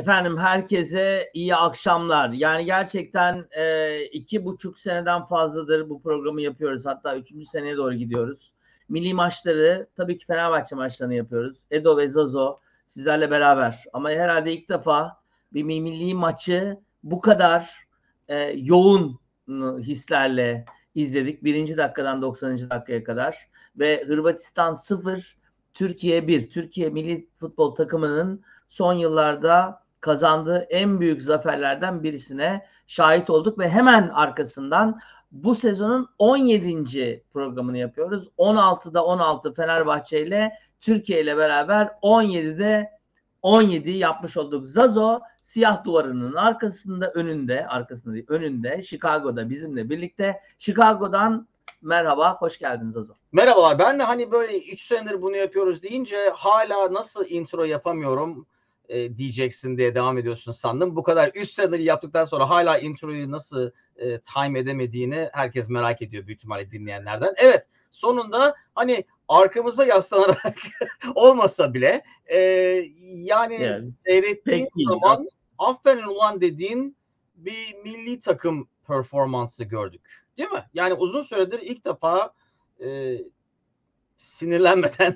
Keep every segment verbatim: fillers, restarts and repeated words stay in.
Efendim herkese iyi akşamlar. Yani gerçekten e, iki buçuk seneden fazladır bu programı yapıyoruz. Hatta üçüncü seneye doğru gidiyoruz. Milli maçları tabii ki Fenerbahçe maçlarını yapıyoruz. Edo ve Zazo sizlerle beraber. Ama herhalde ilk defa bir milli maçı bu kadar e, yoğun hislerle izledik. Birinci dakikadan doksanıncı dakikaya kadar. Ve Hırvatistan sıfır, Türkiye bir. Türkiye milli futbol takımının son yıllarda kazandığı en büyük zaferlerden birisine şahit olduk ve hemen arkasından bu sezonun on yedinci programını yapıyoruz. on altıda on altı Fenerbahçe ile Türkiye ile beraber on yedide on yediyi yapmış olduk. Zazo siyah duvarının arkasında, önünde, arkasında değil, önünde, Chicago'da bizimle birlikte. Chicago'dan merhaba, hoş geldiniz Zazo. Merhabalar. Ben de hani böyle üç senedir bunu yapıyoruz deyince hala nasıl intro yapamıyorum e, diyeceksin diye devam ediyorsun sandım. Bu kadar üç senedir yaptıktan sonra hala introyu nasıl e, time edemediğini herkes merak ediyor büyük ihtimalle dinleyenlerden. Evet, sonunda hani arkamıza yaslanarak olmasa bile e, yani Evet. seyrettiğin Peki, zaman aferin ulan dediğin bir milli takım performansı gördük. Değil mi? Yani uzun süredir ilk defa e, sinirlenmeden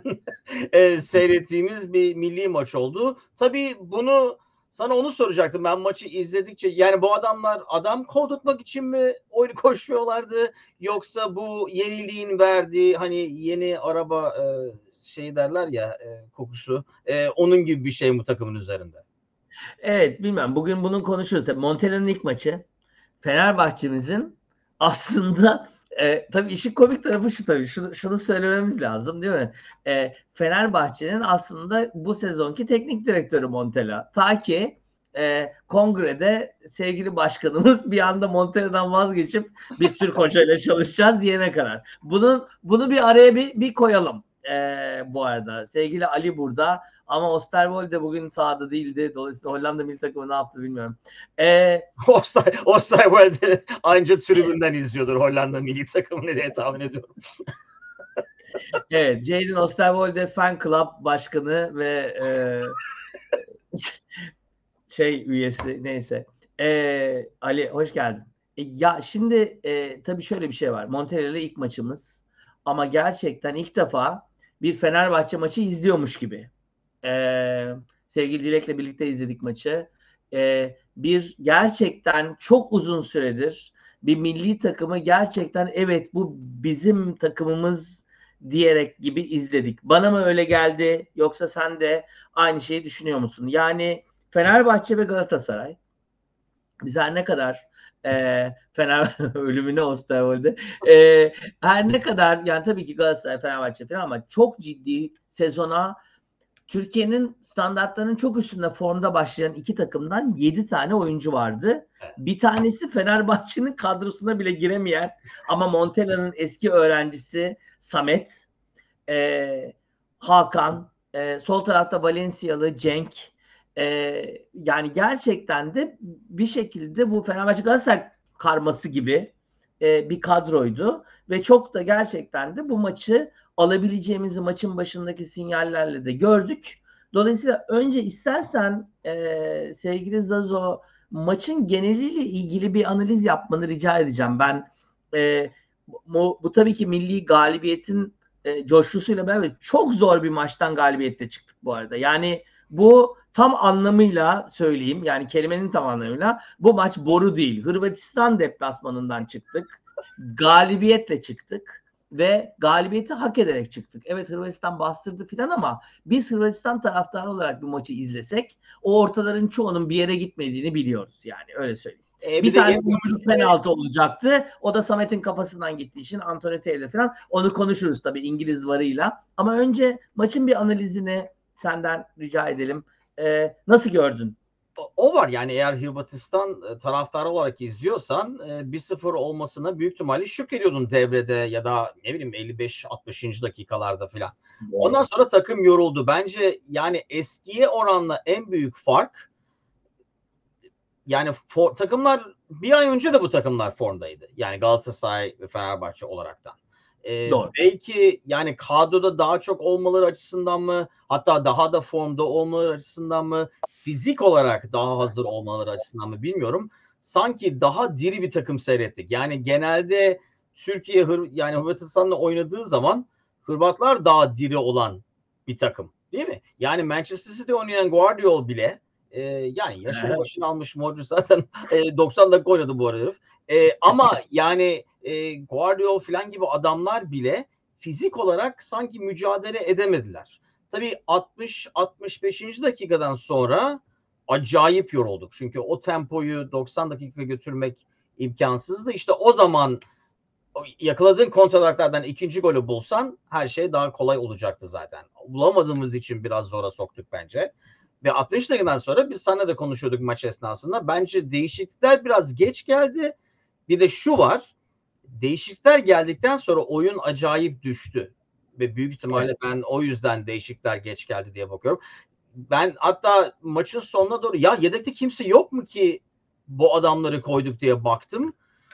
e, seyrettiğimiz bir milli maç oldu. Tabii bunu sana onu soracaktım. Ben maçı izledikçe yani bu adamlar adam kovdurtmak için mi oyunu koşuyorlardı yoksa bu yeniliğin verdiği hani yeni araba e, şey derler ya e, kokusu e, onun gibi bir şey mi takımın üzerinde? Evet, bilmem. Bugün bunun konuşuruz. Tabii Montella'nın ilk maçı. Fenerbahçe'mizin aslında e, tabii işin komik tarafı şu tabii. Şunu, şunu söylememiz lazım değil mi? E, Fenerbahçe'nin aslında bu sezonki teknik direktörü Montella. Ta ki e, kongrede sevgili başkanımız bir anda Montella'dan vazgeçip biz Türk hocayla çalışacağız diyene kadar. Bunun, bunu bir araya bir, bir koyalım. E, bu arada sevgili Ali burada. Ama Osterwolde bugün sahada değildi. Dolayısıyla Hollanda milli takımı ne yaptı bilmiyorum. Ee, Osterwolde anca tribünden izliyordur Hollanda milli takımını diye tahmin ediyorum. evet, Jadon Osterwolde Fan Club başkanı ve e, şey üyesi neyse. Ee, Ali hoş geldin. E, ya şimdi e, tabii şöyle bir şey var. Montella ile ilk maçımız ama gerçekten ilk defa bir Fenerbahçe maçı izliyormuş gibi. Ee, sevgili Dilek'le birlikte izledik maçı. Ee, bir gerçekten çok uzun süredir bir milli takımı gerçekten evet bu bizim takımımız diyerek gibi izledik. Bana mı öyle geldi yoksa sen de aynı şeyi düşünüyor musun? Yani Fenerbahçe ve Galatasaray biz her ne kadar e, Fener ölümüne Osterwolde e, her ne kadar yani tabii ki Galatasaray Fenerbahçe falan ama çok ciddi sezona Türkiye'nin standartlarının çok üstünde formda başlayan iki takımdan yedi tane oyuncu vardı. Bir tanesi Fenerbahçe'nin kadrosuna bile giremeyen ama Montella'nın eski öğrencisi Samet, e, Hakan, e, sol tarafta Valencialı Cenk. E, yani gerçekten de bir şekilde bu Fenerbahçe Galatasaray karması gibi e, bir kadroydu ve çok da gerçekten de bu maçı alabileceğimizi maçın başındaki sinyallerle de gördük. Dolayısıyla önce istersen e, sevgili Zazo maçın geneliyle ilgili bir analiz yapmanı rica edeceğim. Ben e, bu, bu tabii ki milli galibiyetin e, coşkusuyla beraber çok zor bir maçtan galibiyette çıktık bu arada. Yani bu tam anlamıyla söyleyeyim yani kelimenin tam anlamıyla bu maç boru değil. Hırvatistan deplasmanından çıktık. Galibiyetle çıktık ve galibiyeti hak ederek çıktık. Evet Hırvatistan bastırdı filan ama biz Hırvatistan taraftarı olarak bir maçı izlesek o ortaların çoğunun bir yere gitmediğini biliyoruz yani öyle söyleyeyim. E, bir, bir tane oyuncu penaltı olacaktı. O da Samet'in kafasından gittiği için Anthony Taylor falan. Onu konuşuruz tabii İngiliz varıyla. Ama önce maçın bir analizini senden rica edelim. Ee, nasıl gördün? O var yani eğer Hırvatistan taraftarı olarak izliyorsan bir sıfır olmasına büyük ihtimalle şükrediyordun devrede ya da ne bileyim elli beş altmışıncı dakikalarda falan. Ondan sonra takım yoruldu. Bence yani eskiye oranla en büyük fark yani for, takımlar bir ay önce de bu takımlar formdaydı. Yani Galatasaray ve Fenerbahçe olaraktan. Ee, Doğru. belki yani kadroda daha çok olmaları açısından mı, hatta daha da formda olmaları açısından mı, fizik olarak daha hazır olmaları açısından mı bilmiyorum. Sanki daha diri bir takım seyrettik. Yani genelde Türkiye Hır yani Hırvatistan'la oynadığı zaman Hırvatlar daha diri olan bir takım, değil mi? Yani Manchester City'de oynayan Guardiola bile e, yani yaşını Evet. başını almış, Modric zaten e, doksan dakika oynadı bu arada herif. E, ama yani e, Guardiola falan gibi adamlar bile fizik olarak sanki mücadele edemediler. Tabii altmış altmış beşinci dakikadan sonra acayip yorulduk. Çünkü o tempoyu doksan dakika götürmek imkansızdı. İşte o zaman yakaladığın kontrataklardan ikinci golü bulsan her şey daha kolay olacaktı zaten. Bulamadığımız için biraz zora soktuk bence. Ve altmış dakikadan sonra biz seninle de konuşuyorduk maç esnasında. Bence değişiklikler biraz geç geldi. Bir de şu var. Değişiklikler geldikten sonra oyun acayip düştü. Ve büyük ihtimalle evet. Ben o yüzden değişiklikler geç geldi diye bakıyorum. Ben hatta maçın sonuna doğru ya yedekte kimse yok mu ki bu adamları koyduk diye baktım.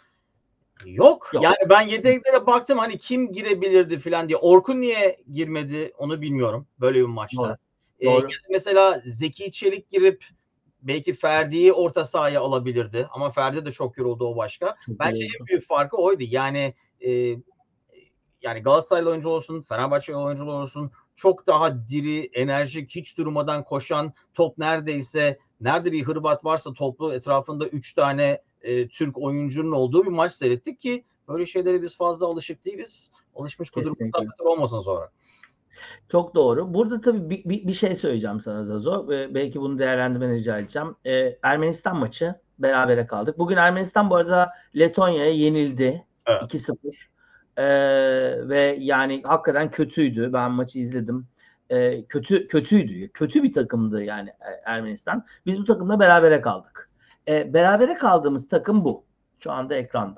Yok. Yok. Yani ben yedeklere baktım hani kim girebilirdi falan diye. Orkun niye girmedi onu bilmiyorum böyle bir maçta. Doğru. Ee, Doğru. Mesela Zeki Çelik girip belki Ferdi'yi orta sahaya alabilirdi. Ama Ferdi de çok yoruldu o başka. Çok Bence yoruldu. En büyük farkı oydu. Yani e, yani Galatasaraylı oyuncu olsun, Fenerbahçe oyuncular olsun çok daha diri, enerjik, hiç durmadan koşan, top neredeyse nerede bir Hırvat varsa toplu etrafında üç tane e, Türk oyuncunun olduğu bir maç seyrettik ki böyle şeylere biz fazla alışık değiliz. Alışmış kudurmuşlar olmasın sonra. Çok doğru. Burada tabii bir, bir, bir şey söyleyeceğim sana Zazo. Ee, belki bunu değerlendirmeni rica edeceğim. Ee, Ermenistan maçı berabere kaldık. Bugün Ermenistan bu arada Letonya'ya yenildi. Evet. iki sıfır. Ee, ve yani hakikaten kötüydü. Ben maçı izledim. Ee, kötü kötüydü. Kötü bir takımdı yani Ermenistan. Biz bu takımla berabere kaldık. Ee, berabere kaldığımız takım bu. Şu anda ekranda.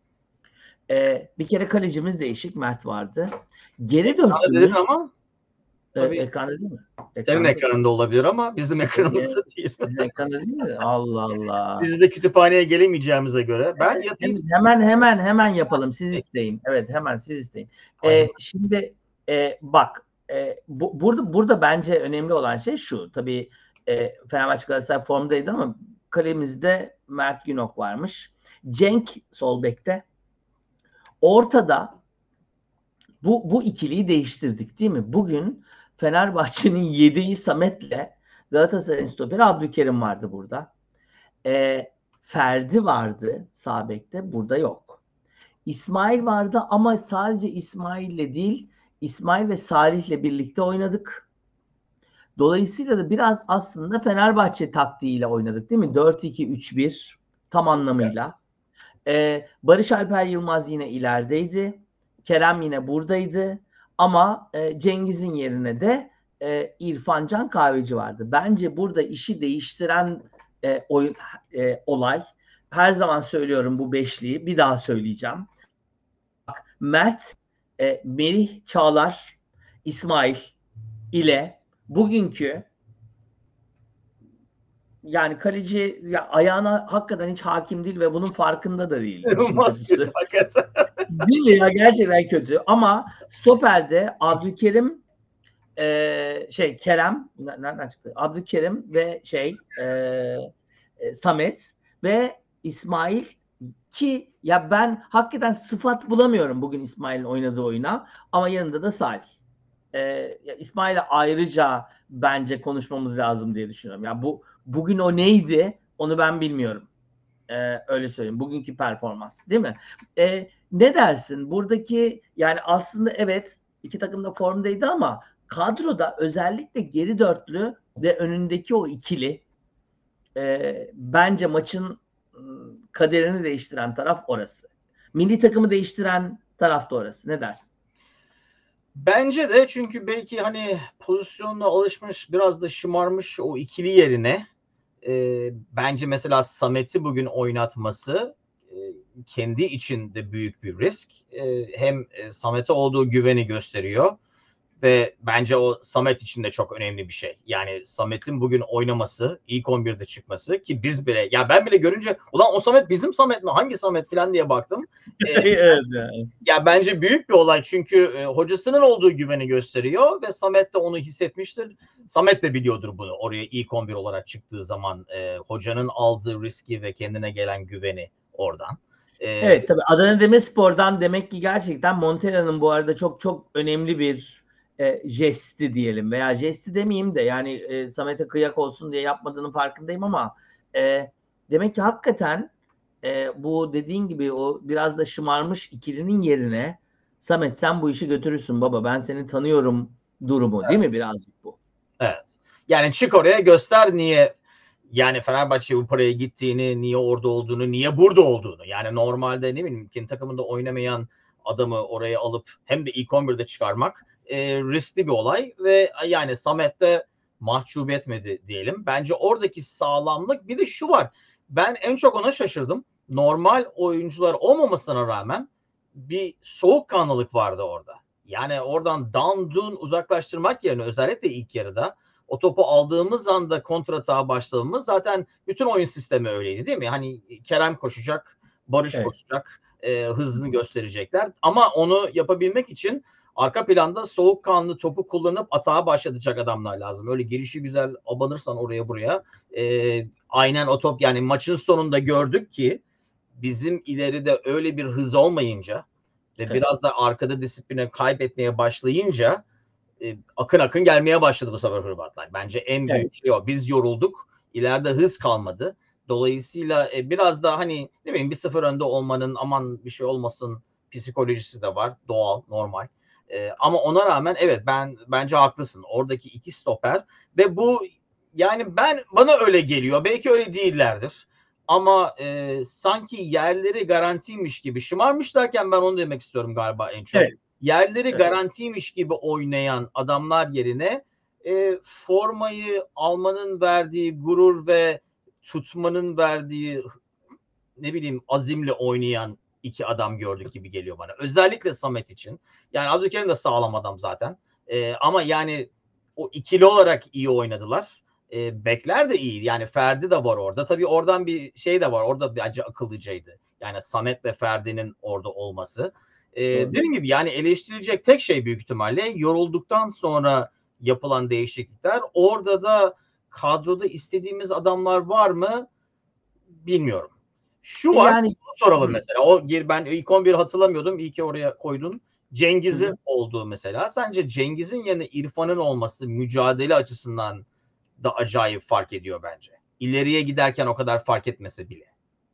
Ee, bir kere kalecimiz değişik. Mert vardı. Geri dörtlümüz ama e, ekranda değil mi? Ekranda senin ekranında olabilir ama bizim ekranımızda ee, değil. Sizin ekranda değil mi? Allah Allah. Biz de kütüphaneye gelemeyeceğimize göre ben evet, yapayım. Hemen hemen hemen yapalım. Siz isteyin. Evet hemen siz isteyin. Ee, şimdi e, bak e, bu, burada burada bence önemli olan şey şu. Tabii e, Fenerbahçe Galatasaray formdaydı ama kalemizde Mert Günok varmış. Cenk sol bekte. Ortada bu, bu ikiliyi değiştirdik değil mi? Bugün Fenerbahçe'nin yedeği Samet'le Galatasaray'ın stoperi Abdülkerim vardı burada. E, Ferdi vardı sağ bekte. Burada yok. İsmail vardı ama sadece İsmail'le değil İsmail ve Salih'le birlikte oynadık. Dolayısıyla da biraz aslında Fenerbahçe taktiğiyle oynadık değil mi? dört iki üç bir tam anlamıyla. Ee, Barış Alper Yılmaz yine ilerideydi. Kerem yine buradaydı. Ama e, Cengiz'in yerine de e, İrfan Can Kahveci vardı. Bence burada işi değiştiren e, oyun e, olay. Her zaman söylüyorum bu beşliyi. Bir daha söyleyeceğim. Bak, Mert, e, Melih Çağlar, İsmail ile bugünkü yani kaleci ya ayağına hakikaten hiç hakim değil ve bunun farkında da değil. Kötü, hakikaten. Değil mi ya? Gerçekten kötü. Ama stoperde Abdülkerim e, şey Kerem nereden çıktı? Abdülkerim ve şey e, e, Samet ve İsmail ki ya ben hakikaten sıfat bulamıyorum bugün İsmail'in oynadığı oyuna ama yanında da Salih. Ee, İsmail'e ayrıca bence konuşmamız lazım diye düşünüyorum. Ya yani bu bugün o neydi onu ben bilmiyorum. Ee, öyle söyleyeyim. Bugünkü performans değil mi? Ee, ne dersin? Buradaki yani aslında evet iki takım da formdaydı ama kadroda özellikle geri dörtlü ve önündeki o ikili e, bence maçın kaderini değiştiren taraf orası. Milli takımı değiştiren taraf da orası. Ne dersin? Bence de çünkü belki hani pozisyonuna alışmış biraz da şımarmış o ikili yerine e, bence mesela Samet'i bugün oynatması e, kendi içinde büyük bir risk. E, hem Samet'e olduğu güveni gösteriyor. Ve bence o Samet için de çok önemli bir şey. Yani Samet'in bugün oynaması, ilk on birde çıkması ki biz bile, ya ben bile görünce ulan o Samet bizim Samet mi? Hangi Samet falan diye baktım. Ee, Evet yani. Ya bence büyük bir olay çünkü e, hocasının olduğu güveni gösteriyor ve Samet de onu hissetmiştir. Samet de biliyordur bunu. Oraya ilk on bir olarak çıktığı zaman e, hocanın aldığı riski ve kendine gelen güveni oradan. E, Evet tabii Adana Demirspor'dan demek ki gerçekten Montella'nın bu arada çok çok önemli bir e, jesti diyelim veya jesti demeyeyim de yani e, Samet'e kıyak olsun diye yapmadığının farkındayım ama e, demek ki hakikaten e, bu dediğin gibi o biraz da şımarmış ikilinin yerine Samet sen bu işi götürürsün baba ben seni tanıyorum durumu değil mi birazcık bu? Evet. Yani çık oraya göster niye yani Fenerbahçe bu paraya gittiğini, niye orada olduğunu, niye burada olduğunu. Yani normalde ne bileyim kendi takımında oynamayan adamı oraya alıp hem de ilk on birde çıkarmak e, riskli bir olay ve yani Samet de mahcup etmedi diyelim. Bence oradaki sağlamlık bir de şu var. Ben en çok ona şaşırdım. Normal oyuncular olmamasına rağmen bir soğukkanlılık vardı orada. Yani oradan down down uzaklaştırmak yerine özellikle ilk yarıda o topu aldığımız anda kontratağa başladığımız zaten bütün oyun sistemi öyleydi değil mi? Hani Kerem koşacak, Barış Evet. koşacak, e, hızını gösterecekler. Ama onu yapabilmek için arka planda soğukkanlı topu kullanıp atağa başlatacak adamlar lazım. Öyle girişi güzel abanırsan oraya buraya. E, aynen o top yani maçın sonunda gördük ki bizim ileride öyle bir hız olmayınca ve Evet. biraz da arkada disipline kaybetmeye başlayınca e, akın akın gelmeye başladı bu sefer Hırvatlar. Bence en büyük Evet. şey o. Biz yorulduk. İleride hız kalmadı. Dolayısıyla e, biraz da hani ne bileyim bir sıfır önde olmanın aman bir şey olmasın psikolojisi de var. Doğal, normal. E, ama ona rağmen evet ben bence haklısın. Oradaki iki stoper ve bu yani ben bana öyle geliyor. Belki öyle değillerdir. Ama e, sanki yerleri garantiymiş gibi şımarmış derken ben onu demek istiyorum galiba en çok. Evet. Yerleri Evet. garantiymiş gibi oynayan adamlar yerine e, formayı almanın verdiği gurur ve tutmanın verdiği ne bileyim azimle oynayan iki adam gördük gibi geliyor bana. Özellikle Samet için. Yani Abdülkerim de sağlam adam zaten. E, ama yani o ikili olarak iyi oynadılar. E, bekler de iyi. Yani Ferdi de var orada. Tabii oradan bir şey de var. Orada bence akıllıcaydı. Yani Samet ve Ferdi'nin orada olması. E, dediğim gibi yani eleştirilecek tek şey büyük ihtimalle yorulduktan sonra yapılan değişiklikler. Orada da kadroda istediğimiz adamlar var mı bilmiyorum. Şu E var, yani bunu soralım hı. mesela. O ben ilk on bir hatırlamıyordum. İyi ki oraya koydun. Cengiz'in Hı. olduğu mesela. Sence Cengiz'in yerine İrfan'ın olması mücadele açısından da acayip fark ediyor bence. İleriye giderken o kadar fark etmese bile.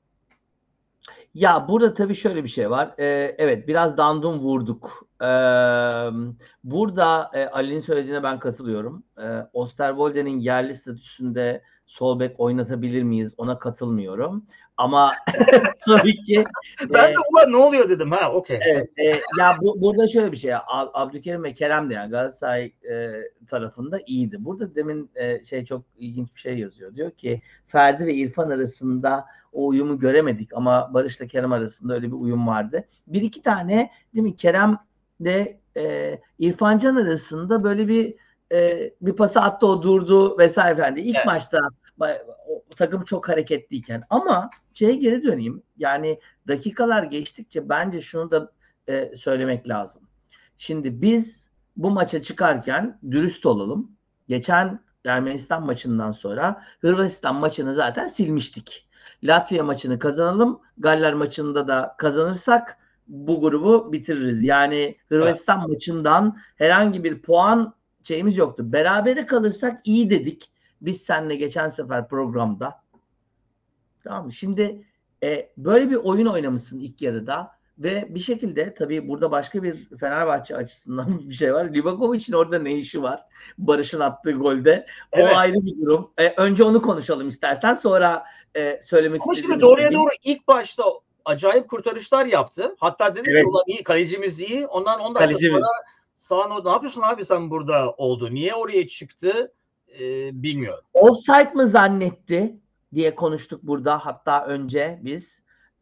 Ya burada tabii şöyle bir şey var. Ee, evet biraz dandun vurduk. Ee, burada e, Ali'nin söylediğine ben katılıyorum. Ee, Osterwolde'nin yerli statüsünde sol bek oynatabilir miyiz? Ona katılmıyorum. Ama tabii ki Ben de e, ulan ne oluyor dedim ha okey. evet, e, ya bu, burada şöyle bir şey ya Ab- Abdülkerim ve Kerem de yani Galatasaray e, tarafında iyiydi. Burada demin e, şey çok ilginç bir şey yazıyor. Diyor ki Ferdi ve İrfan arasında o uyumu göremedik ama Barış'la Kerem arasında öyle bir uyum vardı. Bir iki tane değil mi Kerem de e, İrfan Can arasında böyle bir e, bir pası attı o durdu vesaire efendi. İlk Evet. maçta o, o takım çok hareketliyken ama şeye geri döneyim. Yani dakikalar geçtikçe bence şunu da e, söylemek lazım. Şimdi biz bu maça çıkarken dürüst olalım. Geçen Ermenistan maçından sonra Hırvatistan maçını zaten silmiştik. Latvia maçını kazanalım. Galler maçında da kazanırsak bu grubu bitiririz. Yani Evet. Hırvatistan maçından herhangi bir puan şeyimiz yoktu. Berabere kalırsak iyi dedik. Biz seninle geçen sefer programda. Tamam mı? Şimdi e, böyle bir oyun oynamışsın ilk yarıda ve bir şekilde tabii burada başka bir Fenerbahçe açısından bir şey var. Livakovic'in orada ne işi var? Barış'ın attığı golde. O Evet. ayrı bir durum. E, önce onu konuşalım istersen. Sonra e, söylemek Ama şimdi istediğimi doğruya söyleyeyim. doğru ilk başta acayip kurtarışlar yaptı. Hatta dedik ki Evet. ulan iyi kalecimiz iyi. Ondan on dakika sonra Kalecimiz. sağ ne yapıyorsun abi sen burada oldu. Niye oraya çıktı e, bilmiyorum. Offside mı zannetti diye konuştuk burada hatta önce biz.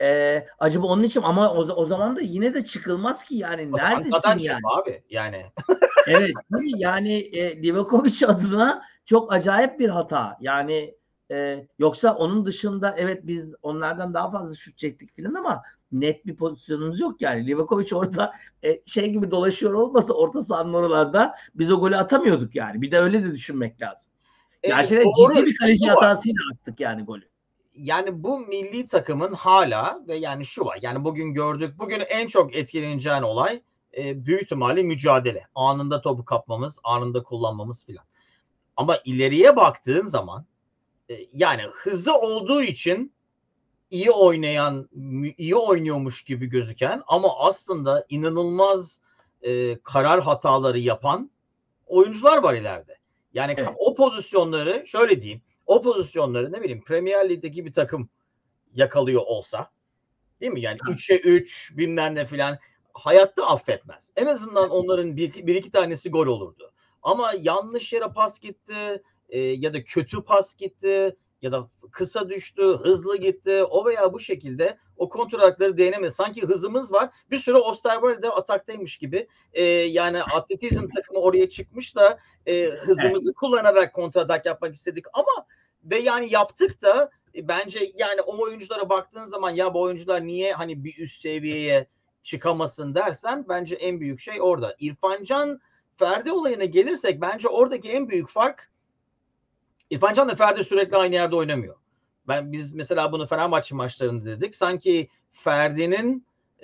Ee, acaba onun için ama o, o zaman da yine de çıkılmaz ki yani O zaman neredesin zaten yani? çıkma abi yani. Evet değil mi? Yani e, Livakovic adına çok acayip bir hata. Yani e, yoksa onun dışında evet biz onlardan daha fazla şut çektik filan ama net bir pozisyonumuz yok yani. Livakovic orada e, şey gibi dolaşıyor olmasa orta sahanın oralarda biz o golü atamıyorduk yani. Bir de öyle de düşünmek lazım. E, Gerçekten doğru. ciddi bir kaleci Şu var. hatasıyla attık yani golü. Yani bu milli takımın hala ve yani şu var. Yani bugün gördük. Bugün en çok etkileneceğin olay e, büyük ihtimalle mücadele. Anında topu kapmamız, anında kullanmamız filan. Ama ileriye baktığın zaman e, yani hızlı olduğu için iyi oynayan, iyi oynuyormuş gibi gözüken ama aslında inanılmaz e, karar hataları yapan oyuncular var ileride. Yani Evet. o pozisyonları şöyle diyeyim. O pozisyonları ne bileyim Premier Lig'deki bir takım yakalıyor olsa değil mi? Yani üçe üç bilmem ne filan hayatta affetmez. En azından onların bir, bir iki tanesi gol olurdu. Ama yanlış yere pas gitti e, ya da kötü pas gitti ya da kısa düştü, hızlı gitti. O veya bu şekilde o kontratları değinemez. Sanki hızımız var. Bir süre Osterwolde ataktaymış gibi. E, yani atletizm takımı oraya çıkmış da e, hızımızı evet. kullanarak kontratak yapmak istedik ama ve yani yaptık da bence yani o oyunculara baktığın zaman ya bu oyuncular niye hani bir üst seviyeye çıkamasın dersen bence en büyük şey orada. İrfan Can Ferdi olayına gelirsek bence oradaki en büyük fark İrfan Can da Ferdi sürekli aynı yerde oynamıyor. Ben biz mesela bunu Fenerbahçe maçlarında dedik. Sanki Ferdi'nin e,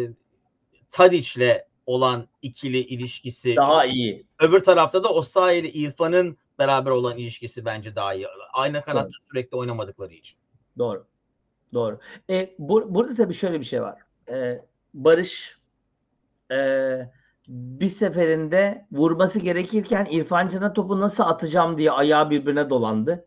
Tadic'le olan ikili ilişkisi daha iyi. Öbür tarafta da Osayi ile İrfan'ın beraber olan ilişkisi bence daha iyi. Aynı kanatta Doğru. sürekli oynamadıkları için. Doğru. Doğru. E, bu, burada tabii şöyle bir şey var. E, Barış e, bir seferinde vurması gerekirken İrfan Can'a topu nasıl atacağım diye ayağı birbirine dolandı.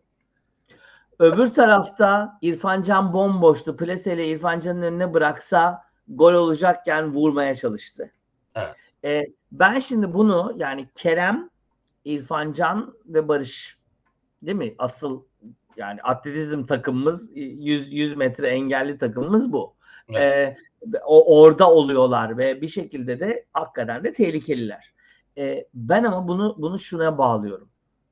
Öbür tarafta İrfan Can bomboştu. Plaseyle İrfan Can'ın önüne bıraksa gol olacakken vurmaya çalıştı. Evet. E, ben şimdi bunu yani Kerem, İrfan Can ve Barış değil mi? Asıl yani atletizm takımımız yüz yüz metre engelli takımımız bu. Evet. Ee, o orada oluyorlar ve bir şekilde de hakikaten de tehlikeliler. Ee, ben ama bunu bunu şuna bağlıyorum.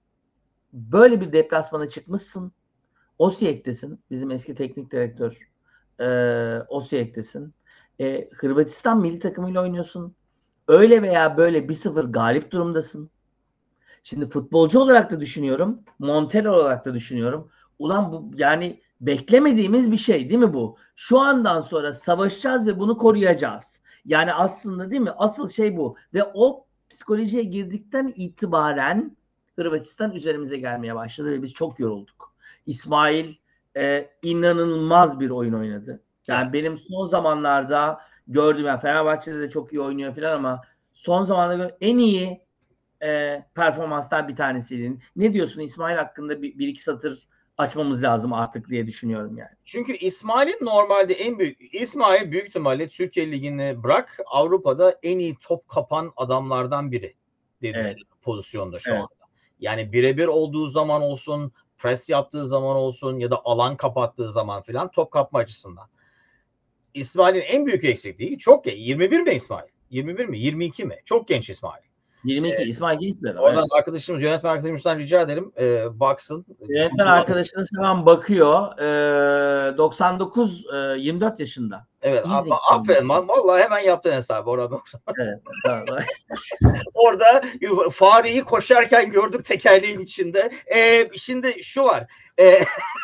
Böyle bir deplasmana çıkmışsın. Osijek'tesin. Bizim eski teknik direktör e, Osijek'tesin. E, Hırvatistan milli takımıyla oynuyorsun. Öyle veya böyle bir sıfır galip durumdasın. Şimdi futbolcu olarak da düşünüyorum. Montella olarak da düşünüyorum. Ulan bu yani beklemediğimiz bir şey değil mi bu? Şu andan sonra savaşacağız ve bunu koruyacağız. Yani aslında değil mi? Asıl şey bu. Ve o psikolojiye girdikten itibaren Hırvatistan üzerimize gelmeye başladı ve biz çok yorulduk. İsmail e, inanılmaz bir oyun oynadı. Yani evet. Benim son zamanlarda gördüğüm, yani Fenerbahçe'de de çok iyi oynuyor falan ama son zamanlarda en iyi e, performanslar bir tanesiydi. Ne diyorsun İsmail hakkında bir, bir iki satır açmamız lazım artık diye düşünüyorum yani. Çünkü İsmail'in normalde en büyük İsmail büyük ihtimalle Türkiye Ligi'ni bırak Avrupa'da en iyi top kapan adamlardan biri diye evet. düşünüyorum pozisyonda şu evet. anda. Yani birebir olduğu zaman olsun, pres yaptığı zaman olsun ya da alan kapattığı zaman filan top kapma açısından. İsmail'in en büyük eksikliği çok genç. yirmi bir mi İsmail? yirmi bir mi? yirmi iki mi? Çok genç İsmail. yirmi iki ee, İsmail Gençler. Oradan evet. arkadaşımız, yönetmen arkadaşımızdan rica ederim. E, baksın. Yönetmen arkadaşınız hemen bakıyor. E, doksan dokuz e, yirmi dört yaşında. Evet. İznik aferin. Vallahi hemen yaptın hesabı. Orada. Evet. Tamam. Orada fareyi koşarken gördük tekerleğin içinde. E, şimdi şu var. E,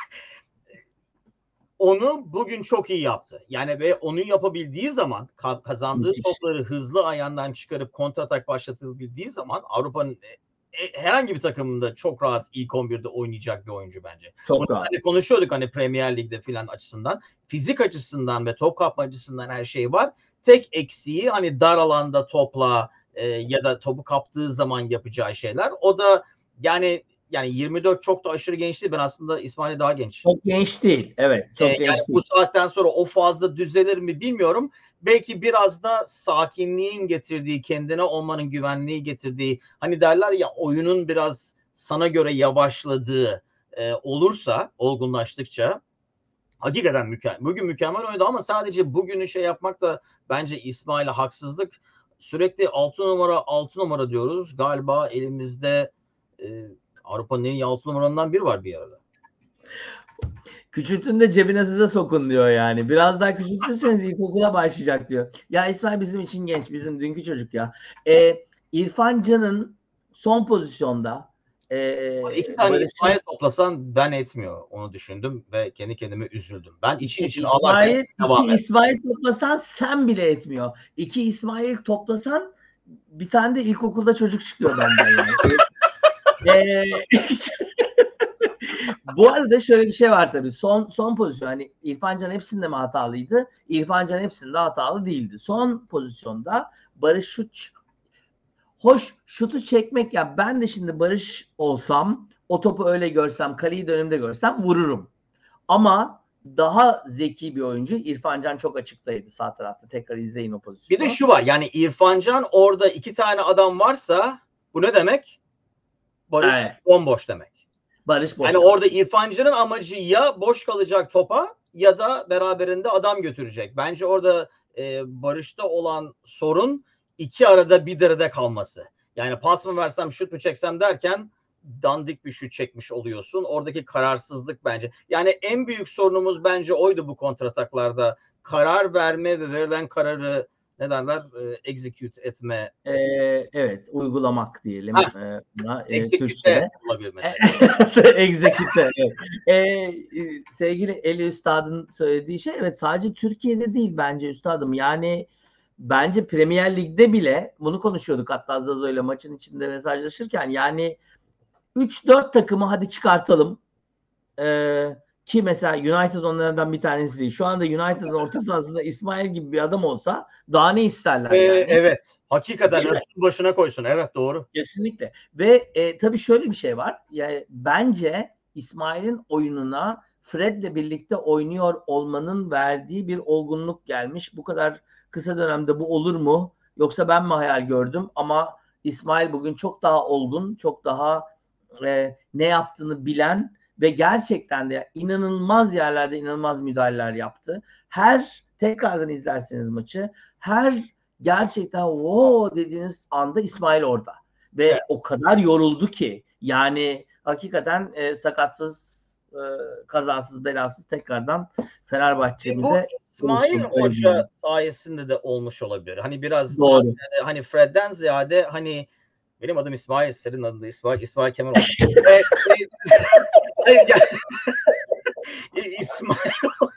onu bugün çok iyi yaptı. Yani ve onu yapabildiği zaman kazandığı Müthiş. topları hızlı ayağından çıkarıp kontratak başlatabildiği zaman Avrupa'nın herhangi bir takımında çok rahat ilk on birde oynayacak bir oyuncu bence. Çok Bunu rahat. Hani konuşuyorduk hani Premier Lig'de filan açısından. Fizik açısından ve top kapma açısından her şey var. Tek eksiği hani dar alanda topla e, ya da topu kaptığı zaman yapacağı şeyler. O da yani yani yirmi dört çok da aşırı genç değil. Ben aslında İsmail'e daha genç. Çok genç değil. Evet. Çok ee, genç yani değil. Bu saatten sonra o fazla düzelir mi bilmiyorum. Belki biraz da sakinliğin getirdiği, kendine olmanın güvenliği getirdiği, hani derler ya oyunun biraz sana göre yavaşladığı e, olursa, olgunlaştıkça Hakikaten mükemmel. Bugün mükemmel oynadı ama sadece bugünü şey yapmak da bence İsmail'e haksızlık. Sürekli altı numara altı numara diyoruz. Galiba elimizde e, Avrupa'nın en iyi altı numalarından biri var bir arada. Küçültün de cebine size sokun diyor yani. Biraz daha küçültürseniz ilkokula başlayacak diyor. Ya İsmail bizim için genç. Bizim dünkü çocuk ya. Ee, İrfan Can'ın son pozisyonda e, İki tane Barış'ın, İsmail toplasan ben etmiyor. Onu düşündüm ve kendi kendime üzüldüm. Ben için için İsmail, ağlarken devam iki et. İsmail toplasan sen bile etmiyor. İki İsmail toplasan bir tane de ilkokulda çocuk çıkıyor benden yani. ee, Bu arada şöyle bir şey var tabii. Son son pozisyon, hani İrfan Can hepsinde mi hatalıydı? İrfan Can hepsinde hatalı değildi. Son pozisyonda Barış şut, hoş şutu çekmek, ya ben de şimdi Barış olsam o topu öyle görsem, kaleyi de önümde görsem vururum. Ama daha zeki bir oyuncu. İrfan Can çok açıktaydı sağ tarafta. Tekrar izleyin o pozisyonu. Bir de şu var, yani İrfan Can orada iki tane adam varsa bu ne demek? Barış Evet. bomboş demek. Barış boş. Yani orada İrfan Can'ın amacı ya boş kalacak topa ya da beraberinde adam götürecek. Bence orada e, Barış'ta olan sorun iki arada bir derede kalması. Yani pas mı versem şut mu çeksem derken dandik bir şut çekmiş oluyorsun. Oradaki kararsızlık bence. Yani en büyük sorunumuz bence oydu bu kontrataklarda. Karar verme ve verilen kararı ne derler? E, execute etme. Ee, evet, uygulamak diyelim. Ha, buna, e, execute olabilir mesela. Execute. Evet. Ee, sevgili Eli Üstad'ın söylediği şey, evet, sadece Türkiye'de değil bence üstadım. Yani bence Premier Lig'de bile bunu konuşuyorduk hatta Zazo ile maçın içinde mesajlaşırken, yani üç dört takımı hadi çıkartalım. Ee, ki mesela United onlardan bir tanesi değil. Şu anda United'ın orta sahasında İsmail gibi bir adam olsa daha ne isterler ee, yani? Evet. Hakikaten üstün başına koysun. Evet, doğru. Kesinlikle. Ve e, tabii şöyle bir şey var. Yani bence İsmail'in oyununa Fred'le birlikte oynuyor olmanın verdiği bir olgunluk gelmiş. Bu kadar kısa dönemde bu olur mu? Yoksa ben mi hayal gördüm? Ama İsmail bugün çok daha olgun, çok daha e, ne yaptığını bilen ve gerçekten de inanılmaz yerlerde inanılmaz müdahaleler yaptı. Her, tekrardan izlerseniz maçı, her gerçekten wow dediğiniz anda İsmail orada. Ve evet, o kadar yoruldu ki yani hakikaten e, sakatsız, e, kazasız, belasız tekrardan Fenerbahçe'mize bu İsmail Hoca sayesinde de olmuş olabilir. Hani biraz doğru. Daha, hani Fred'den ziyade hani benim adım İsmail, senin adın da İsmail, İsmail Kemal olmuş. İsmail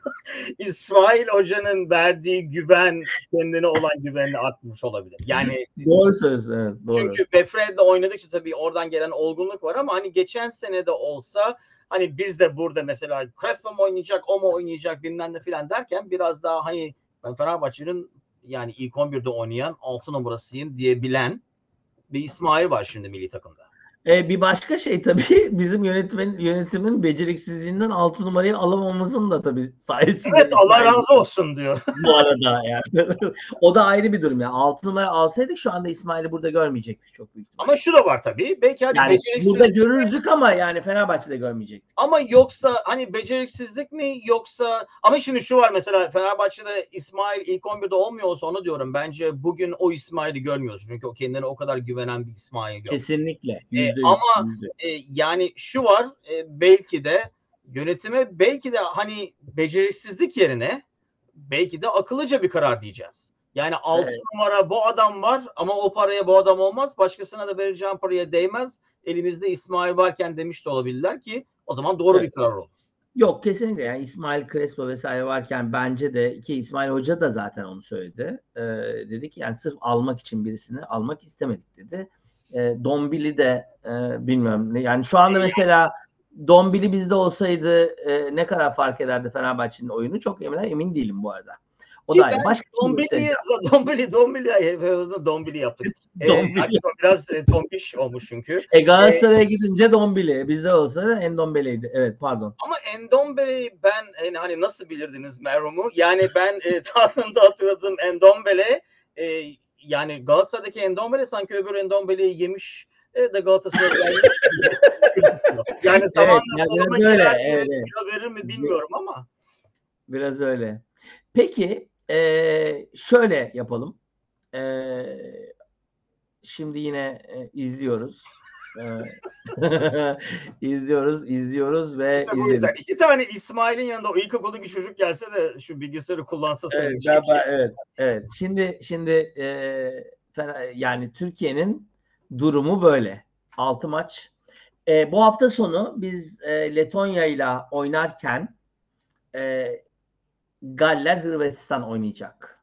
İsmail Hoca'nın verdiği güven, kendine olan güvenini artmış olabilir. Yani doğru söz, evet, doğru. Çünkü Fred'le oynadıkça tabii oradan gelen olgunluk var ama hani geçen sene de olsa hani biz de burada mesela Crespo mu oynayacak, o mu oynayacak bilmem ne filan derken biraz daha hani ben Fenerbahçe'nin yani ilk on birde oynayan altı numarasıyım diyebilen bir İsmail var şimdi milli takımda. Ee, bir başka şey tabii bizim yönetimin yönetimin beceriksizliğinden altı numarayı alamamızın da tabii sayesinde. Evet, Allah razı olsun diyor. Bu arada yani. O da ayrı bir durum ya. altı numara alsaydık şu anda İsmail'i burada görmeyecektik çok büyük ihtimalle. Ama şu da var tabii. Belki hani yani beceriksizlik... burada görürdük ama yani Fenerbahçe'de görmeyecektik. Ama yoksa hani beceriksizlik mi yoksa, ama şimdi şu var mesela Fenerbahçe'de İsmail ilk on birde olmuyor olsa onu diyorum. Bence bugün o İsmail'i görmüyoruz. Çünkü o kendine o kadar güvenen bir İsmail görüyor. Kesinlikle. E, ama e, yani şu var e, belki de yönetime belki de hani beceriksizlik yerine belki de akıllıca bir karar diyeceğiz. Yani altı evet. numara bu adam var ama o paraya bu adam olmaz. Başkasına da vereceğim paraya değmez. Elimizde İsmail varken demiş de olabilirler ki o zaman doğru evet. bir karar olur. Yok, kesinlikle yani İsmail Crespo vesaire varken bence de, ki İsmail Hoca da zaten onu söyledi. Ee, dedi ki yani sırf almak için birisini almak istemedik dedi. Ee, Dombili de e, bilmiyorum yani şu anda mesela Dombili bizde olsaydı e, ne kadar fark ederdi Fenerbahçe'nin oyunu, çok emin, emin değilim bu arada. O da aynı. Başka Dombili, Dombili, Dombili, Dombili yaptık. Dombili. Ee, biraz e, tombiş olmuş çünkü. E Galatasaray'a ee, gidince Dombili. Bizde olsa da Endombele'ydi. Evet, pardon. Ama Endombele'yi ben yani hani nasıl bilirdiniz merhumu? Yani ben e, tahtımda hatırladığım Endombele e, yani Galatasaray'daki Endombele sanki öbür Endombele'yi yemiş e, de Galatasaray'a gelmiş. yani zamanla evet, yani böyle, evet, evet. verir mi bilmiyorum ama. Biraz öyle. Peki e, şöyle yapalım. E, şimdi yine e, izliyoruz. E, izliyoruz, izliyoruz ve İşte bu izledik. yüzden. İki tane İsmail'in yanında o ilkokuldaki çocuk gelse de şu bilgisayarı kullansa Evet, senin ben, için. ben- evet, evet. Şimdi şimdi e, fena- yani Türkiye'nin durumu böyle. Altı maç. E, bu hafta sonu biz e, Letonya ile oynarken e, Galler Hırvatistan oynayacak.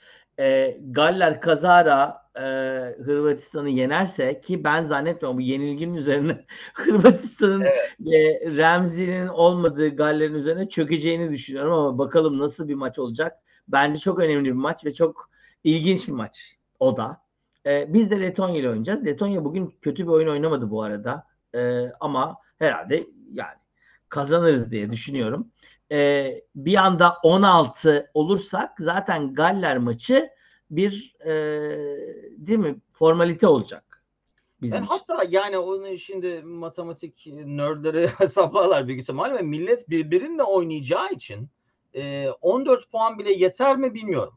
E, Galler kazara e, Hırvatistan'ı yenerse, ki ben zannetmiyorum bu yenilginin üzerine Hırvatistan'ın Evet. e, Ramsey'nin olmadığı Galler'in üzerine çökeceğini düşünüyorum ama bakalım nasıl bir maç olacak. Bence çok önemli bir maç ve çok ilginç bir maç o da. E, biz de Letonya ile oynayacağız. Letonya bugün kötü bir oyun oynamadı bu arada. E, ama herhalde yani kazanırız diye düşünüyorum. E, bir anda on altı olursak zaten Galler maçı bir e, değil mi formalite olacak Ben bizim için. hatta yani onu şimdi matematik nerdleri hesaplarlar büyük ihtimalle ve millet birbirinle oynayacağı için e, on dört puan bile yeter mi bilmiyorum.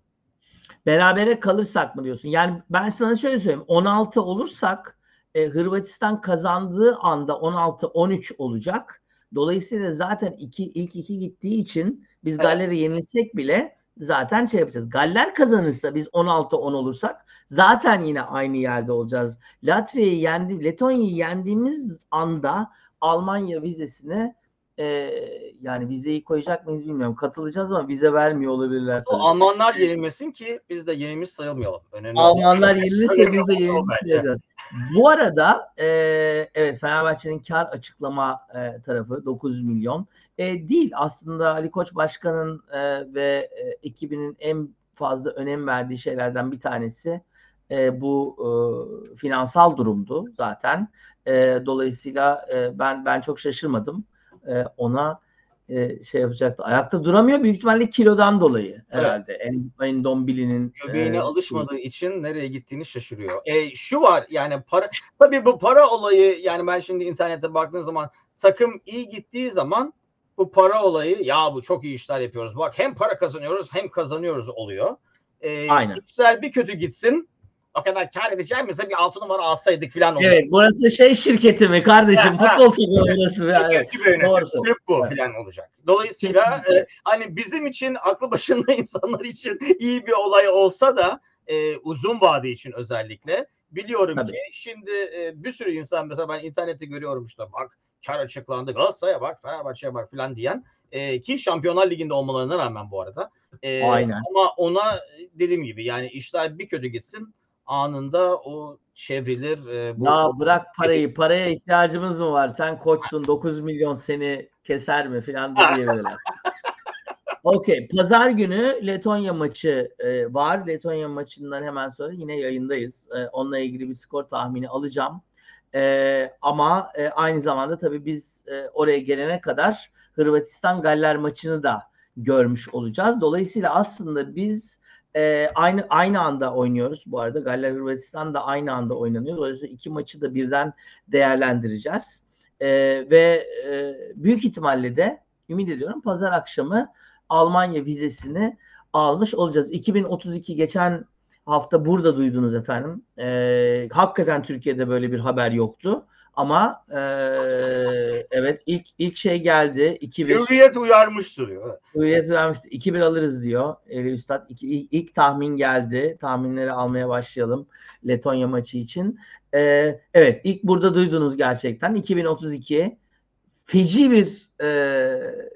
Berabere kalırsak mı diyorsun? Yani ben sana şöyle söyleyeyim. on altı olursak e, Hırvatistan kazandığı anda on altı on üç olacak. Dolayısıyla zaten iki, ilk iki gittiği için biz Evet. Galler'e yenilsek bile zaten şey yapacağız. Galler kazanırsa biz on altı on olursak zaten yine aynı yerde olacağız. Latvia'yı yendi, Letonya'yı yendiğimiz anda Almanya vizesine e, yani vizeyi koyacak mıyız bilmiyorum. Katılacağız ama vize vermiyor olabilirler Asıl tabii. Almanlar yenilmesin ki biz de yenilmiş sayılmayalım. Önemli olan, Almanlar yenilirse önemli biz de olan o yenilmiş bence. sayacağız. Bu arada e, evet Fenerbahçe'nin kar açıklama e, tarafı dokuz milyon. E, değil aslında Ali Koç Başkan'ın e, ve e, ekibinin en fazla önem verdiği şeylerden bir tanesi e, bu e, finansal durumdu zaten. E, dolayısıyla e, ben ben çok şaşırmadım e, ona e, şey yapacaktı. Ayakta duramıyor. Büyük ihtimalle kilodan dolayı herhalde. Evet. En, en Dombili'nin Göbeğine e, alışmadığı için nereye gittiğini şaşırıyor. E, şu var yani para, tabii bu para olayı, yani ben şimdi internette baktığım zaman takım iyi gittiği zaman bu para olayı, ya bu çok iyi işler yapıyoruz. Bak hem para kazanıyoruz hem kazanıyoruz oluyor. E, aynen. işler bir kötü gitsin, o kadar kar edeceğimize bir altı numara alsaydık falan oluyor. Evet, burası şey şirketi mi kardeşim? Ha, ha. Futbol takımı burası. Şirket Evet. gibi yönetim, Doğrusu. kulüp bu Evet. falan olacak. Dolayısıyla e, Kesinlikle. hani bizim için, aklı başında insanlar için iyi bir olay olsa da e, uzun vade için özellikle biliyorum Tabii. ki şimdi e, bir sürü insan, mesela ben internette görüyorum işte, bak kar açıklandı, Galatasaray'a bak, Fenerbahçe'ye bak falan diyen, e, ki Şampiyonlar Ligi'nde olmalarına rağmen bu arada. E, Aynen. ama ona dediğim gibi yani işler bir kötü gitsin, anında o çevrilir. E, bu Ya bırak parayı. Paraya ihtiyacımız mı var? Sen koçsun. dokuz milyon seni keser mi filan da diyebilirler. Okey. Pazar günü Letonya maçı e, var. Letonya maçından hemen sonra yine yayındayız. E, onunla ilgili bir skor tahmini alacağım. E, ama e, aynı zamanda tabii biz e, oraya gelene kadar Hırvatistan Galler maçını da görmüş olacağız. Dolayısıyla aslında biz e, aynı aynı anda oynuyoruz. Bu arada Galler Hırvatistan da aynı anda oynanıyor. Dolayısıyla iki maçı da birden değerlendireceğiz. E, ve e, büyük ihtimalle de ümit ediyorum pazar akşamı Almanya vizesini almış olacağız. iki bin otuz iki geçen hafta burada duydunuz efendim. Ee, hakikaten Türkiye'de böyle bir haber yoktu. Ama e, evet ilk ilk şey geldi. iki bir Hürriyet uyarmış duruyor. Hürriyet vermişti. iki bir alırız diyor. Eli Üstad. İki, ilk, ilk tahmin geldi. Tahminleri almaya başlayalım. Letonya maçı için. Ee, evet ilk burada duydunuz gerçekten. iki bin otuz iki feci bir e,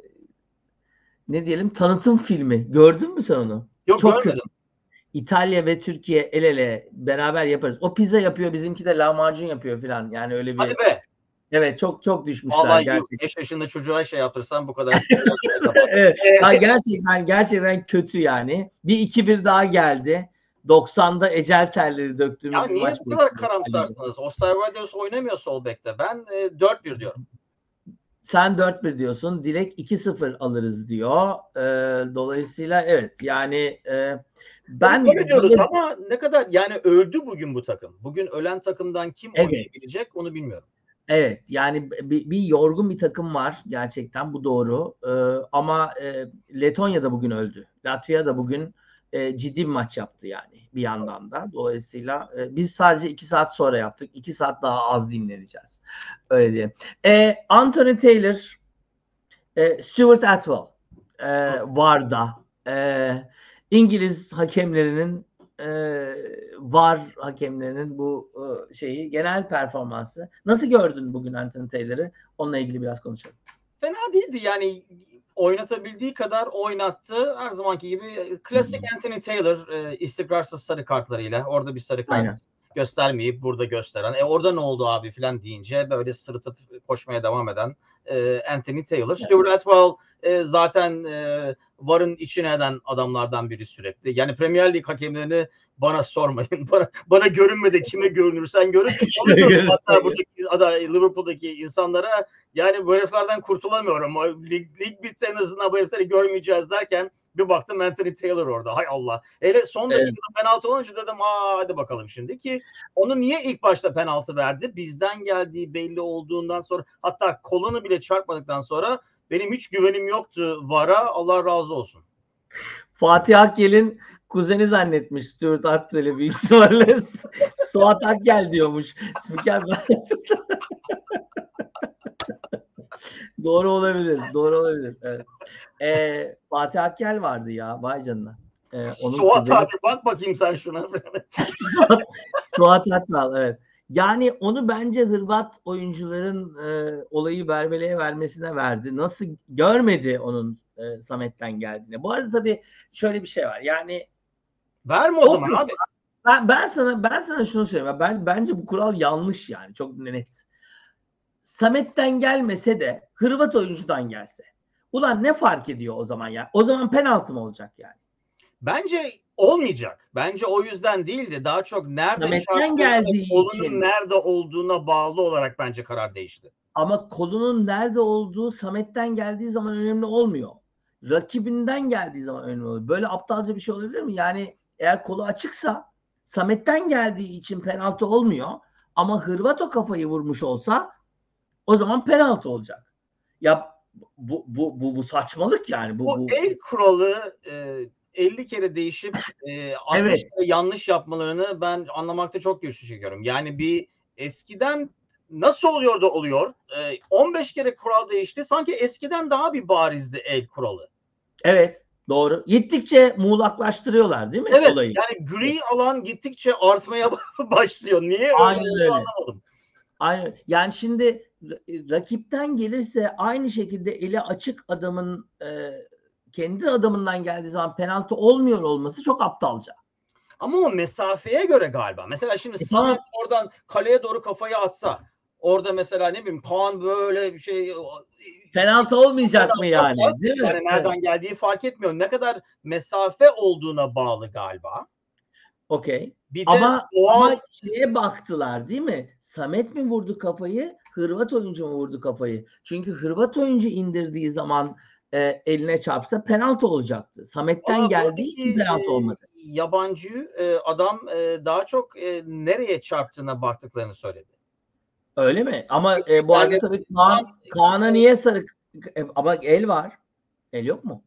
ne diyelim tanıtım filmi. Gördün mü sen onu? Yok, Çok kötü. görmedim. İtalya ve Türkiye el ele beraber yaparız. O pizza yapıyor, bizimki de lahmacun yapıyor falan. Yani öyle Hadi bir be. evet çok çok düşmüşler Vallahi yuh, gerçekten. beş yaşında çocuğa şey yaptırsan bu kadar şey yapamaz. Evet. Ha, gerçekten gerçekten kötü yani. Bir iki bir daha geldi. doksanda ecel terleri Ya döktüğümüz bir niye maç bu kadar bekliyor. karamsarsınız? Osterwolde oynamıyor sol bekte. Ben e, dört bir diyorum. Sen dört bir diyorsun. Dilek iki sıfır alırız diyor. Ee, dolayısıyla evet yani e, Tabii ben böyle diyoruz bana, ama ne kadar yani öldü bugün bu takım. Bugün ölen takımdan kim evet oynayabilecek onu bilmiyorum. Evet, yani bir, bir yorgun bir takım var gerçekten, bu doğru. Ee, ama e, Letonya da bugün öldü. Latvia da bugün e, ciddi bir maç yaptı yani bir yandan da. Dolayısıyla e, biz sadece iki saat sonra yaptık. iki saat daha az dinleneceğiz. Öyle diyelim. E, Anthony Taylor, e, Stuart Atwell e, var da. E, İngiliz hakemlerinin e, var hakemlerinin bu e, şeyi, genel performansı. Nasıl gördün bugün Anthony Taylor'ı? Onunla ilgili biraz konuşalım. Fena değildi yani, oynatabildiği kadar oynattı. Her zamanki gibi klasik Hı-hı. Anthony Taylor, e, istikrarsız sarı kartlarıyla orada bir sarı kart Aynen. göstermeyip burada gösteren. E orada ne oldu abi falan deyince böyle sırıtıp koşmaya devam eden e, Anthony Taylor. Evet. Stuart Atwell e, zaten e, V A R'ın içine eden adamlardan biri sürekli. Yani Premier Lig hakemlerini bana sormayın. Bana, bana görünmedi, kime görünürsen görün. Onu diyordum hatta buradaki aday, Liverpool'daki insanlara, yani bu heriflerden kurtulamıyorum. O lig, lig bitti, en azından bu herifleri görmeyeceğiz derken bir baktım Anthony Taylor orada. Hay Allah. Hele son dakikada evet. penaltı olunca dedim aa hadi bakalım şimdi, ki onu niye ilk başta penaltı verdi? Bizden geldiği belli olduğundan sonra, hatta kolunu bile çarpmadıktan sonra benim hiç güvenim yoktu V A R'a. Allah razı olsun. Fatih Akgel'in kuzeni zannetmiş Stuart Atwell'i büyük ihtimalle. Suat Akgel diyormuş. Spiker Doğru olabilir. Doğru olabilir. Evet. Ee, Fatih Akgel vardı ya. Vay canına. Ee, onun Suat kuzeni... abi bak bakayım sen şuna. Suat, Suat Atral, evet. Yani onu bence Hırvat oyuncuların e, olayı Berbele'ye vermesine verdi. Nasıl görmedi onun e, Samet'ten geldiğini. Bu arada tabii şöyle bir şey var. Yani verme o zaman abi. Ben, ben sana ben sana şunu söyleyeyim. Ben bence bu kural yanlış yani. Çok net. Samet'ten gelmese de Hırvat oyuncudan gelse. Ulan ne fark ediyor o zaman ya? O zaman penaltı mı olacak yani? Bence olmayacak. Bence o yüzden değil de daha çok nerede Samet'ten geldiği kolunun için, nerede olduğuna bağlı olarak bence karar değişti. ama kolunun nerede olduğu Samet'ten geldiği zaman önemli olmuyor. Rakibinden geldiği zaman önemli oluyor. Böyle aptalca bir şey olabilir mi? Yani eğer kolu açıksa Samet'ten geldiği için penaltı olmuyor. Ama Hırvat o kafayı vurmuş olsa o zaman penaltı olacak. Ya bu bu bu, bu saçmalık yani. Bu, Bu, bu el kuralı e, elli kere değişip e, altmış evet. kere yanlış yapmalarını ben anlamakta çok güçlük çekiyorum. Yani bir eskiden nasıl oluyor da oluyor? E, on beş kere kural değişti. Sanki eskiden daha bir barizdi el kuralı. Evet, doğru. Gittikçe muğlaklaştırıyorlar değil mi evet, olayı? yani gri evet. alan gittikçe artmaya başlıyor. Niye Aynen öyle, öyle. anlamadım. Aynen. Yani şimdi rakipten gelirse aynı şekilde eli açık adamın e, kendi adamından geldiği zaman penaltı olmuyor olması çok aptalca. Ama o mesafeye göre galiba. Mesela şimdi e, Samet tamam. oradan kaleye doğru kafayı atsa, orada mesela ne bileyim Kaan böyle bir şey, penaltı olmayacak penaltı mı yani? Atsa, değil mi? Yani nereden evet. geldiği fark etmiyor. Ne kadar mesafe olduğuna bağlı galiba. Okey. Ama, doğal... ama şeye baktılar değil mi? Samet mi vurdu kafayı? Hırvat oyuncu mu vurdu kafayı? Çünkü Hırvat oyuncu indirdiği zaman e, eline çarpsa penaltı olacaktı. Samet'ten Ama geldiği için penaltı olmadı. E, yabancı e, adam e, daha çok e, nereye çarptığına baktıklarını söyledi. Öyle mi? Ama e, bu yani, arada tabii Kaan, Kaan'a niye sarı? E, ama el var. El yok mu?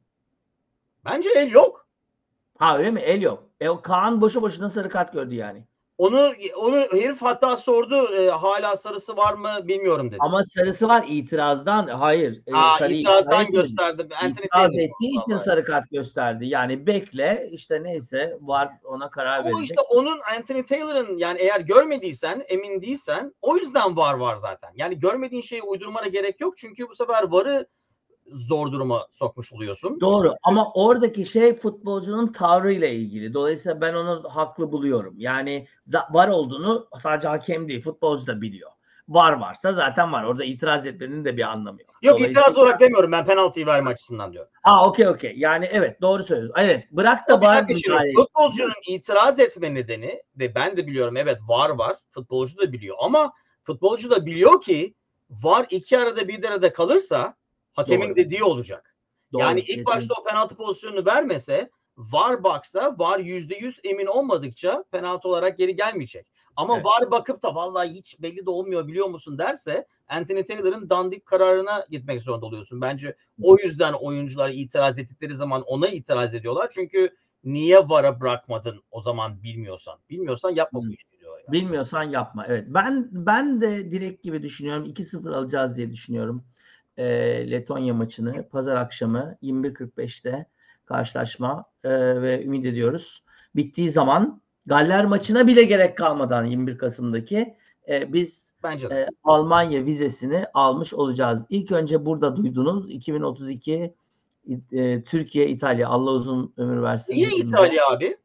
Bence el yok. Ha öyle mi? El yok. E, o Kaan boşu boşuna sarı kart gördü yani. Onu onu herif hatta sordu, e, hala sarısı var mı bilmiyorum dedi. Ama sarısı var itirazdan. Hayır. E, Aa, sarı itirazdan itiraz gösterdi. İtiraz ettiği için sarı kart gösterdi. Yani bekle işte neyse var ona karar verecek. O işte onun Anthony Taylor'ın, yani eğer görmediysen, emin değilsen o yüzden var var zaten. Yani görmediğin şeyi uydurmana gerek yok. Çünkü bu sefer varı zor duruma sokmuş oluyorsun. Doğru ama oradaki şey futbolcunun tavrıyla ilgili. Dolayısıyla ben onu haklı buluyorum. Yani var olduğunu sadece hakem değil futbolcu da biliyor. Var varsa zaten var. Orada itiraz etmenin de bir anlamı yok. Yok itiraz olarak demiyorum, ben penaltıyı verme açısından diyorum. Ha okey okey. Yani evet doğru söylüyorsun. Evet bırak da var. Futbolcunun itiraz etme nedeni, ve ben de biliyorum evet var var. Futbolcu da biliyor ama futbolcu da biliyor ki var iki arada bir arada kalırsa hakemin Doğru. dediği olacak. Doğru, yani ilk kesinlikle. başta o penaltı pozisyonunu vermese, var baksa, var yüzde yüz emin olmadıkça penaltı olarak geri gelmeyecek. Ama Evet. var bakıp da vallahi hiç belli de olmuyor biliyor musun derse Anthony Taylor'ın dandik kararına gitmek zorunda oluyorsun. Bence o yüzden oyuncular itiraz ettikleri zaman ona itiraz ediyorlar. Çünkü niye vara bırakmadın o zaman bilmiyorsan? Bilmiyorsan yapma bu işi diyor yani. Bilmiyorsan yapma. Evet. Ben ben de direkt gibi düşünüyorum. iki sıfır alacağız diye düşünüyorum. E, Letonya maçını pazar akşamı yirmi bir kırk beşte karşılaşma e, ve ümit ediyoruz. Bittiği zaman Galler maçına bile gerek kalmadan yirmi bir Kasım'daki e, biz Bence de. e, Almanya vizesini almış olacağız. İlk önce burada duydunuz. iki bin otuz iki e, Türkiye, İtalya. Allah uzun ömür versin. Niye hepimize. İtalya abi?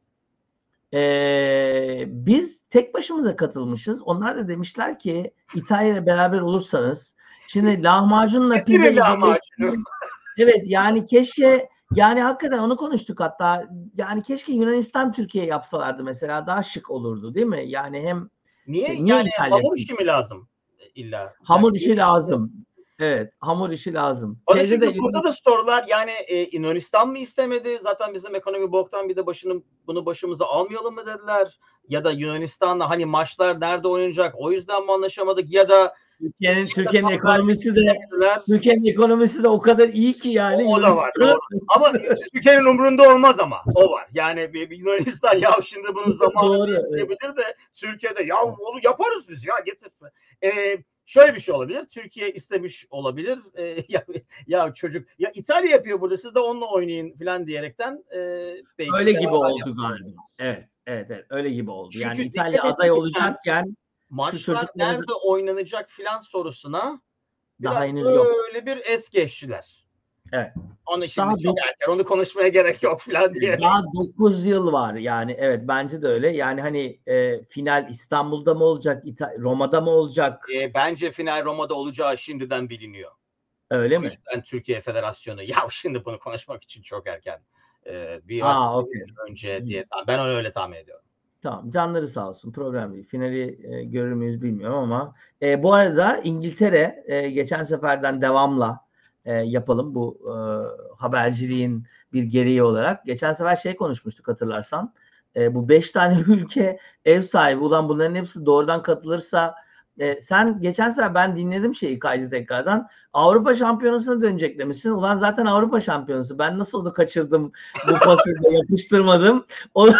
Ee, biz tek başımıza katılmışız. Onlar da demişler ki İtalya ile beraber olursanız şimdi lahmacunla pizzayı birleştirmek. Evet yani keşke yani hakikaten onu konuştuk hatta yani keşke Yunanistan Türkiye yapsalardı mesela daha şık olurdu değil mi? Yani hem Niye şey, niye yani İtalya? hamur işi mi lazım illa? Hamur Yani, işi lazım. Evet, hamur işi lazım. Bana Şeyde çünkü de burada da sorular yani e, Yunanistan mı istemedi? Zaten bizim ekonomi boktan bir de başını bunu başımıza almayalım mı dediler? Ya da Yunanistan'la hani maçlar nerede oynanacak? O yüzden mi anlaşamadık? Ya da Türkiye'nin Türkiye'nin ekonomisi de Türkiye'nin ekonomisi de o kadar iyi ki yani. O, o da var doğru. Ama Türkiye'nin umurunda olmaz ama. O var. Yani bir, bir Yunanistan ya şimdi bunun zamanı diyebilir de Türkiye'de ya onu yaparız biz ya getirme. Ee, şöyle bir şey olabilir. Türkiye istemiş olabilir. Ee, ya, ya çocuk ya İtalya yapıyor burada siz de onunla oynayın falan diyerekten e, belki öyle gibi oldu galiba. Evet, evet, evet. Öyle gibi oldu. Çünkü yani İtalya aday olacakken maçlar nerede da... oynanacak filan sorusuna daha henüz böyle yok. Böyle bir es geçtiler. Evet. Onu şimdi daha çok erken, onu konuşmaya gerek yok falan diye. Daha dokuz yıl var yani evet bence de öyle. Yani hani e, final İstanbul'da mı olacak, İta- Roma'da mı olacak? E, bence final Roma'da olacağı şimdiden biliniyor. Öyle o mi? yüzden Türkiye Federasyonu ya şimdi bunu konuşmak için çok erken. E, bir Aa, okay. önce diye ben onu öyle tahmin ediyorum. Tamam canları sağ olsun problem değil. Finali e, görür müyüz bilmiyorum ama e, bu arada İngiltere e, geçen seferden devamla e, yapalım bu e, haberciliğin bir gereği olarak. Geçen sefer şey konuşmuştuk hatırlarsan. E, bu beş tane ülke ev sahibi. Ulan bunların hepsi doğrudan katılırsa e, sen geçen sefer ben dinledim şeyi kaydı tekrardan. Avrupa Şampiyonası'na dönecek demişsin. Ulan zaten Avrupa Şampiyonası. Ben nasıl onu kaçırdım bu pası da yapıştırmadım. Onu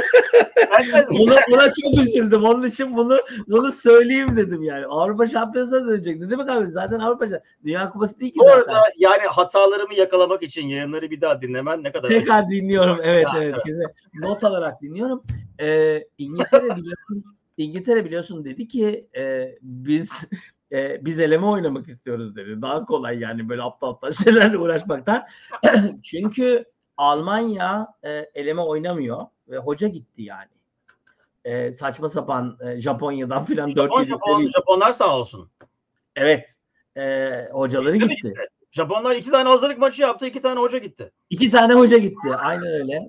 ona, ona çok üzüldüm. Onun için bunu bunu söyleyeyim dedim yani. Avrupa Şampiyonası'na dönecek. Ne demek abi? Zaten Avrupa Dünya Kupası değil ki Bu zaten. arada yani hatalarımı yakalamak için yayınları bir daha dinlemen ne kadar Tekrar dinliyorum. Evet ha, evet. evet. Not alarak dinliyorum. Ee, İngiltere biliyorsun İngiltere biliyorsun dedi ki e, biz e, biz eleme oynamak istiyoruz dedi. Daha kolay yani böyle aptal aptal şeylerle uğraşmaktan. Çünkü Almanya e, eleme oynamıyor ve hoca gitti yani. E, saçma sapan e, Japonya'dan filan Japon, Japon, Japonlar sağ olsun. Evet. E, hocaları gitti. gitti. Japonlar iki tane hazırlık maçı yaptı. iki tane hoca gitti. İki tane hoca gitti. Aynen öyle.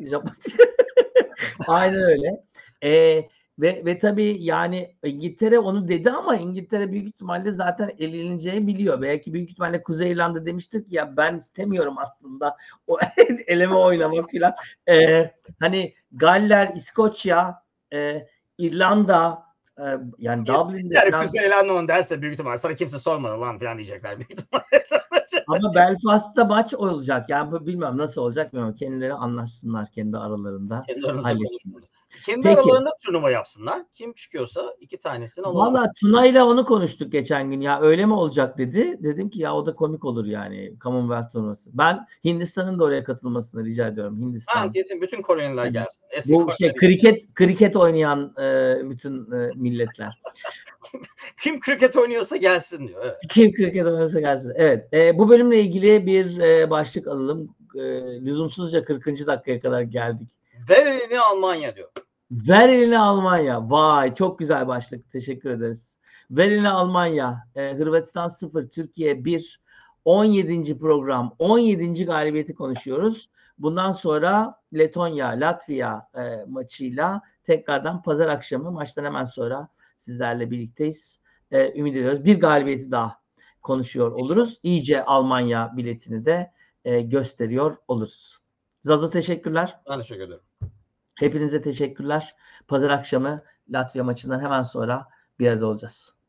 Aynen öyle. E, ve, ve tabii yani İngiltere onu dedi ama İngiltere büyük ihtimalle zaten eleneceğini biliyor. Belki büyük ihtimalle Kuzey İrlanda demiştir ki ya ben istemiyorum aslında o eleme oynamak filan. E, hani Galler, İskoçya, e, İrlanda e, yani Dublin'de yani falan... Kuzey İrlanda derse büyük ihtimalle sana kimse sormadı lan falan diyecekler büyük ihtimalle. Ama Belfast'ta maç olacak. Yani bilmiyorum nasıl olacak bilmiyorum. Kendileri anlaşsınlar kendi aralarında. Kendi halletsinler. Kendi Peki. aralarında turnuva yapsınlar. Kim çıkıyorsa iki tanesini alalım. Valla Tuna'yla onu konuştuk geçen gün. Ya öyle mi olacak dedi. Dedim ki ya o da komik olur yani. Commonwealth turnuvası. Ben Hindistan'ın da oraya katılmasını rica ediyorum. Hindistan. Ha, kesin bütün Koreliler yani, gelsin. Eski bu şey kriket kriket oynayan e, bütün e, milletler. Kim kriket oynuyorsa gelsin diyor. Evet. Kim kriket oynuyorsa gelsin. Evet. E, bu bölümle ilgili bir e, başlık alalım. E, lüzumsuzca kırkıncı dakikaya kadar geldik. Ver elini Almanya diyor. Ver elini Almanya. Vay çok güzel başlık. Teşekkür ederiz. Ver elini Almanya. E, Hırvatistan sıfır, Türkiye bir. on yedinci program. on yedinci galibiyeti konuşuyoruz. Bundan sonra Letonya, Latvia e, maçıyla tekrardan pazar akşamı maçtan hemen sonra sizlerle birlikteyiz. E, ümit ediyoruz. Bir galibiyeti daha konuşuyor oluruz. İyice Almanya biletini de e, gösteriyor oluruz. Zazo teşekkürler. Ben teşekkür ederim. Hepinize teşekkürler. Pazar akşamı Latvia maçından hemen sonra bir arada olacağız.